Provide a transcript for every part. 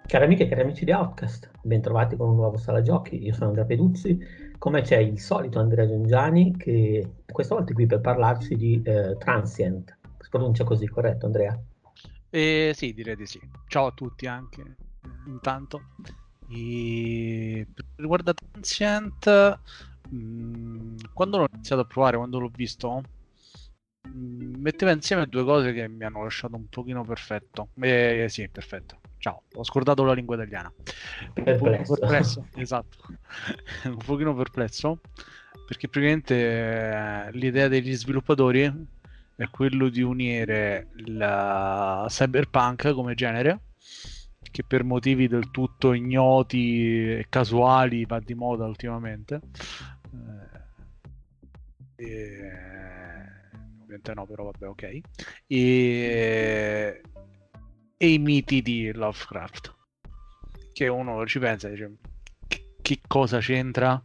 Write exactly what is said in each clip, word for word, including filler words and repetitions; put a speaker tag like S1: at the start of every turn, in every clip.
S1: Cari amiche e cari amici di Outcast, bentrovati con un nuovo Sala Giochi. Io sono Andrea Peduzzi, come c'è il solito Andrea Giangiani che questa volta è qui per parlarci di eh, Transient. Si pronuncia così, corretto Andrea?
S2: Eh, sì, direi di sì. Ciao a tutti anche, eh, intanto. E per quanto riguarda Transient, mh, quando l'ho iniziato a provare, quando l'ho visto, mh, metteva insieme due cose che mi hanno lasciato un pochino perfetto. Eh, sì, perfetto. Ciao, ho scordato la lingua italiana. Un pochino
S1: Perplesso.
S2: perplesso, esatto. Un pochino perplesso, perché praticamente eh, l'idea degli sviluppatori è quello di unire la cyberpunk come genere, che per motivi del tutto ignoti e casuali va di moda ultimamente. Eh, e... Ovviamente no, però vabbè, ok. E... e i miti di Lovecraft, che uno ci pensa e dice che, che cosa c'entra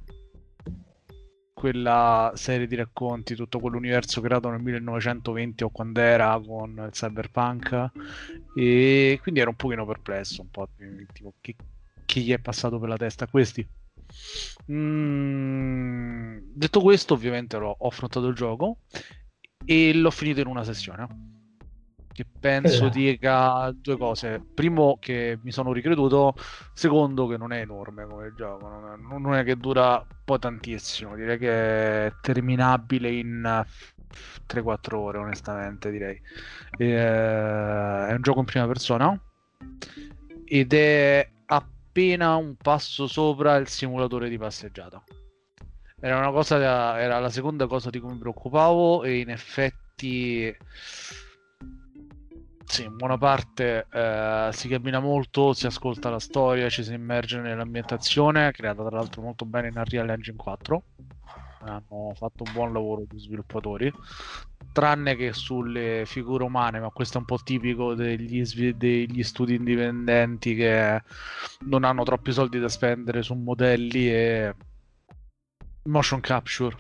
S2: quella serie di racconti, tutto quell'universo creato nel millenovecentoventi o quando era con il cyberpunk, e quindi ero un pochino perplesso, un po' tipo che, che gli è passato per la testa a questi. Mm, detto questo, ovviamente l'ho, ho affrontato il gioco e l'ho finito in una sessione che penso
S1: Là.
S2: dica due cose. Primo, che mi sono ricreduto. Secondo, che non è enorme come gioco. Non è, non è che dura poi tantissimo. Direi che è terminabile in tre quattro ore, onestamente, direi. E, eh, è un gioco in prima persona ed è appena un passo sopra il simulatore di passeggiata. Era una cosa, era la seconda cosa di cui mi preoccupavo e in effetti sì, in buona parte eh, si cammina molto, si ascolta la storia, ci si immerge nell'ambientazione, creata tra l'altro molto bene in Unreal Engine quattro. Hanno fatto un buon lavoro gli sviluppatori, tranne che sulle figure umane, ma questo è un po' tipico degli, svi- degli studi indipendenti che non hanno troppi soldi da spendere su modelli e motion capture.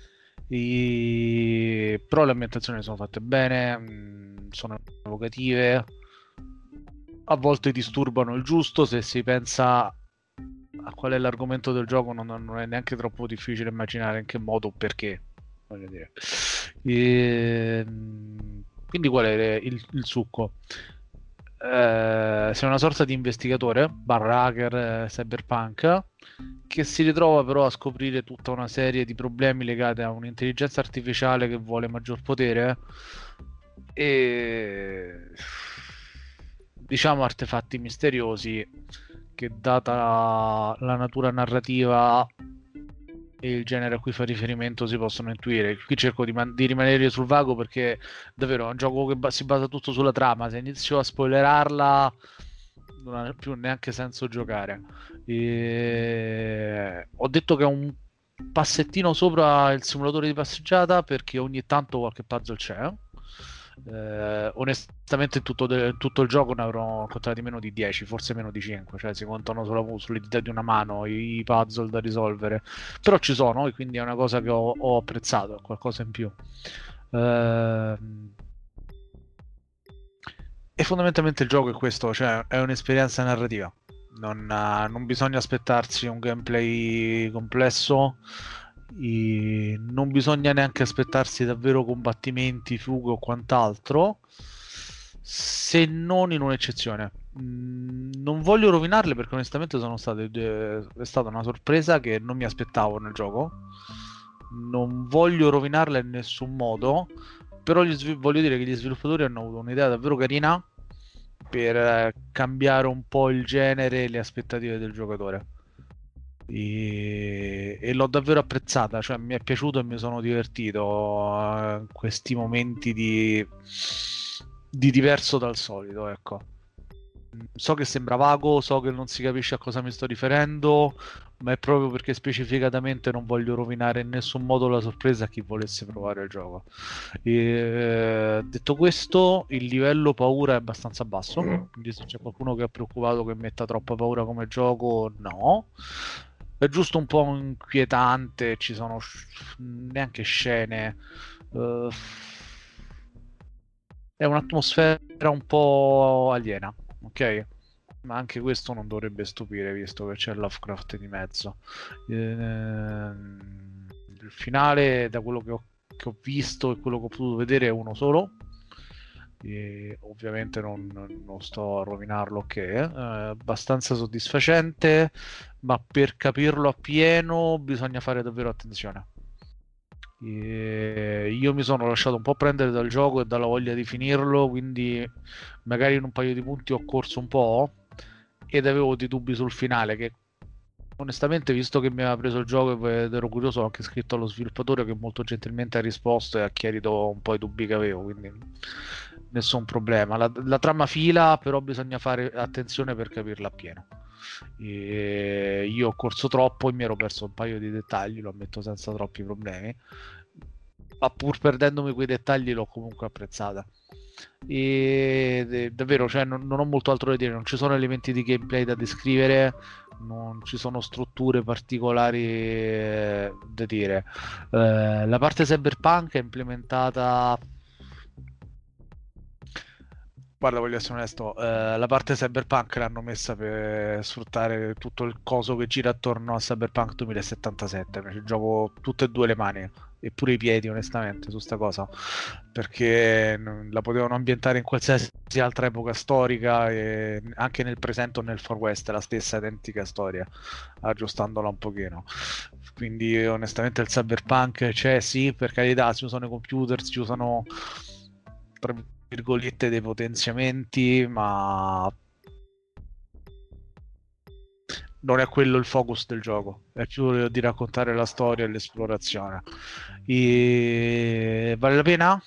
S2: I- Però le ambientazioni sono fatte bene, mh, sono evocative, a volte disturbano il giusto. Se si pensa a qual è l'argomento del gioco, non, non è neanche troppo difficile immaginare in che modo o perché. Voglio dire. E, quindi qual è il, il succo? Eh, sei una sorta di investigatore, barra hacker, eh, cyberpunk, che si ritrova però a scoprire tutta una serie di problemi legati a un'intelligenza artificiale che vuole maggior potere e diciamo artefatti misteriosi che, data la natura narrativa e il genere a cui fa riferimento, si possono intuire. Qui cerco di, man- di rimanere sul vago perché davvero è un gioco che ba- si basa tutto sulla trama. Se inizio a spoilerarla non ha più neanche senso giocare. E... Ho detto che è un passettino sopra il simulatore di passeggiata perché ogni tanto qualche puzzle c'è. Eh, onestamente, in tutto, de- tutto il gioco ne avrò incontrati meno di dieci, forse meno di cinque, cioè si contano sulla, sulle dita di una mano i, i puzzle da risolvere. Però ci sono e quindi è una cosa che ho, ho apprezzato, è qualcosa in più. Ehm, e fondamentalmente il gioco è questo, cioè è un'esperienza narrativa. Non, eh, non bisogna aspettarsi un gameplay complesso, i- non bisogna neanche aspettarsi davvero combattimenti, fughe o quant'altro, se non in un'eccezione. Mm, non voglio rovinarle perché onestamente sono state, due- è stata una sorpresa che non mi aspettavo nel gioco. Non voglio rovinarla in nessun modo, però gli svil- voglio dire che gli sviluppatori hanno avuto un'idea davvero carina per eh, cambiare un po' il genere e le aspettative del giocatore. E, e l'ho davvero apprezzata, cioè mi è piaciuto e mi sono divertito eh, in questi momenti di, di diverso dal solito, ecco. So che sembra vago, so che non si capisce a cosa mi sto riferendo, ma è proprio perché specificatamente non voglio rovinare in nessun modo la sorpresa a chi volesse provare il gioco. E, detto questo, il livello paura è abbastanza basso, quindi se c'è qualcuno che è preoccupato che metta troppa paura come gioco, no. È giusto un po' inquietante, ci sono sc- neanche scene. eh, è un'atmosfera un po' aliena, ok? ma anche questo non dovrebbe stupire visto che c'è Lovecraft di mezzo. Ehm, il finale, da quello che ho, che ho visto e quello che ho potuto vedere, è uno solo. E ovviamente non, non sto a rovinarlo, che è eh, abbastanza soddisfacente, ma per capirlo appieno bisogna fare davvero attenzione. E io mi sono lasciato un po' prendere dal gioco e dalla voglia di finirlo, quindi magari in un paio di punti ho corso un po' ed avevo dei dubbi sul finale, che onestamente, visto che mi aveva preso il gioco ed ero curioso, ho anche scritto allo sviluppatore, che molto gentilmente ha risposto e ha chiarito un po' i dubbi che avevo, quindi nessun problema. La, la trama fila, però bisogna fare attenzione per capirla appieno. E io ho corso troppo e mi ero perso un paio di dettagli, lo ammetto senza troppi problemi, ma pur perdendomi quei dettagli l'ho comunque apprezzata. E de- davvero, cioè, non, non ho molto altro da dire, non ci sono elementi di gameplay da descrivere, non ci sono strutture particolari eh, da dire. Eh, la parte cyberpunk è implementata. Guarda, voglio essere onesto, eh, la parte cyberpunk l'hanno messa per sfruttare tutto il coso che gira attorno a Cyberpunk duemilasettantasette. Ci gioco tutte e due le mani e pure i piedi, onestamente, su sta cosa, perché non- la potevano ambientare in qualsiasi altra epoca storica, e anche nel presente o nel Far West è la stessa identica storia, aggiustandola un pochino. Quindi onestamente il cyberpunk c'è, sì, per carità, si usano i computer, si usano tra virgolette dei potenziamenti, ma non è quello il focus del gioco, è più di raccontare la storia e l'esplorazione. E vale la pena?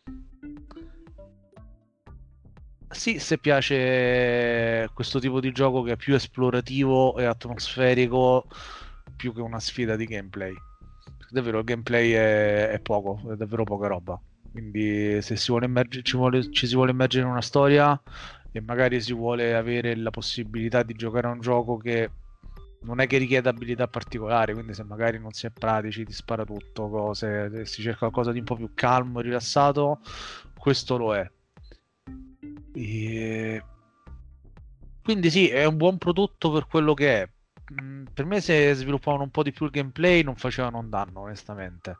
S2: Sì, se piace questo tipo di gioco che è più esplorativo e atmosferico più che una sfida di gameplay. Davvero il gameplay è, è poco, è davvero poca roba. Quindi se si vuole immergere, ci, vuole- ci si vuole immergere in una storia e magari si vuole avere la possibilità di giocare a un gioco che non è che richieda abilità particolari, quindi se magari non si è pratici, ti spara tutto, cose, se si cerca qualcosa di un po' più calmo e rilassato, questo lo è. E quindi sì, è un buon prodotto per quello che è. Mm, Per me se sviluppavano un po' di più il gameplay non facevano un danno, onestamente.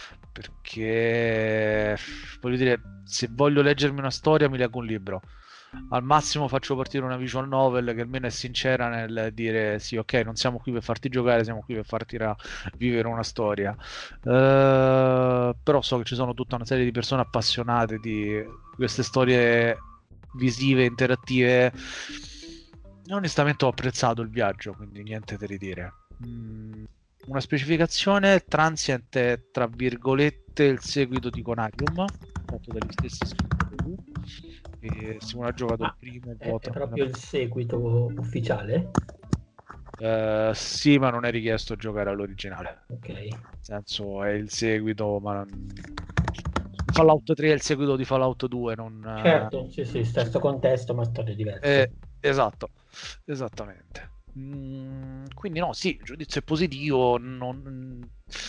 S2: Perché, voglio dire, se voglio leggermi una storia mi leggo un libro. Al massimo faccio partire una visual novel che almeno è sincera nel dire sì, ok, non siamo qui per farti giocare, siamo qui per farti ra- vivere una storia. Eh, però so che ci sono tutta una serie di persone appassionate di queste storie visive, interattive. E onestamente ho apprezzato il viaggio, quindi niente da ridire. Mm, una specificazione: Transient è tra virgolette il seguito di Conarium, fatto dagli stessi scrittori. E Simone ha giocato il
S1: Ah,
S2: primo, un po'
S1: è, è
S2: tra...
S1: proprio il seguito ufficiale?
S2: Eh, sì, ma non è richiesto giocare all'originale.
S1: Ok,
S2: Nel senso, è il seguito, ma non- Fallout tre è il seguito di Fallout due, non...
S1: certo, sì, sì,
S2: eh,
S1: stesso contesto, ma storie
S2: Eh,
S1: diverse.
S2: esatto, esattamente. Mm, quindi no, sì, il giudizio è positivo. Non...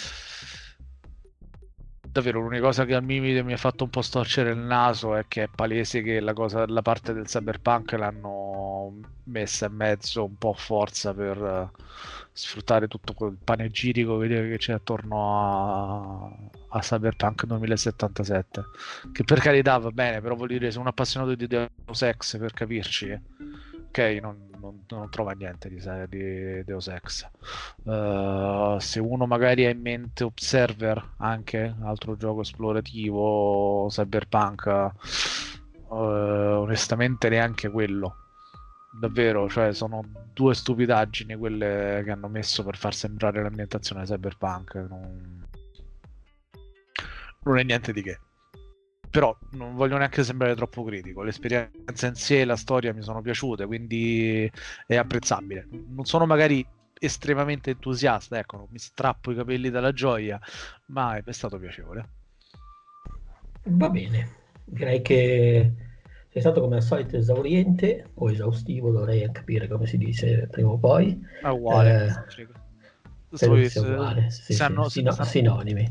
S2: Davvero, l'unica cosa che al limite mi ha fatto un po' storcere il naso è che è palese che la cosa, la parte del cyberpunk l'hanno messa in mezzo un po' a forza per eh, sfruttare tutto quel panegirico che che c'è attorno a, a Cyberpunk duemilasettantasette. Che per carità va bene, però voglio dire, se un appassionato di Deus Ex, per capirci, ok, non, non- non trova niente di, di Deus Ex. Uh, se uno magari ha in mente Observer, anche altro gioco esplorativo, Cyberpunk, uh, onestamente neanche quello. Davvero, cioè sono due stupidaggini quelle che hanno messo per far sembrare l'ambientazione Cyberpunk. Non, non è niente di che. Però non voglio neanche sembrare troppo critico. L'esperienza in sé e la storia mi sono piaciute, quindi è apprezzabile. Non sono magari estremamente entusiasta, ecco, non mi strappo i capelli dalla gioia, ma è stato piacevole.
S1: Va bene, direi che sei stato come al solito esauriente o esaustivo, dovrei capire come si dice prima o poi.
S2: È uguale.
S1: Eh,
S2: Cioè,
S1: credo che
S2: sto-
S1: sia
S2: se-
S1: uguale, sì, sì,
S2: sanno- se-
S1: sino-
S2: sanno-
S1: sinonimi.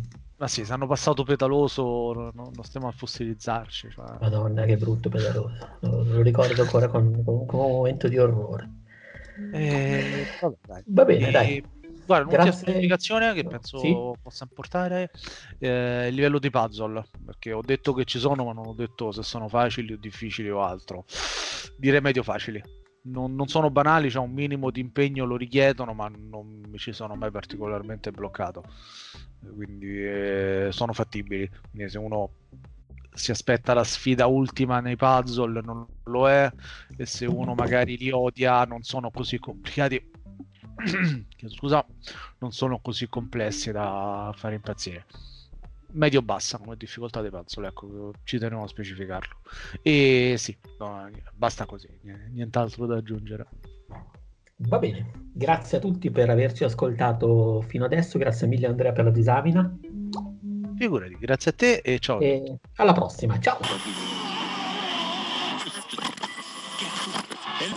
S2: Ma sì, se hanno passato petaloso, non, non stiamo a fossilizzarci. Cioè.
S1: Madonna, che brutto pedaloso. Lo, lo ricordo ancora con, con- con un momento di orrore.
S2: E, vabbè, dai.
S1: Va bene, dai.
S2: E, guarda, un'ultima
S1: Grazie.
S2: specificazione che
S1: Sì?
S2: penso possa importare è il livello di puzzle, perché ho detto che ci sono, ma non ho detto se sono facili o difficili o altro. Direi medio facili. Non, non sono banali, c'è un minimo di impegno, lo richiedono, ma non mi ci sono mai particolarmente bloccato. Quindi eh, sono fattibili. Quindi se uno si aspetta la sfida ultima nei puzzle, non lo è, e se uno magari li odia, non sono così complicati. Scusa, non sono così complessi da fare impazzire. Medio-bassa come difficoltà dei puzzle, ecco, ci tenevo a specificarlo. E sì, no, basta così, nient'altro da aggiungere.
S1: Va bene. Grazie a tutti per averci ascoltato fino adesso. Grazie mille Andrea per la disamina.
S2: Figurati, grazie a te e ciao a tutti.
S1: E alla prossima. Ciao.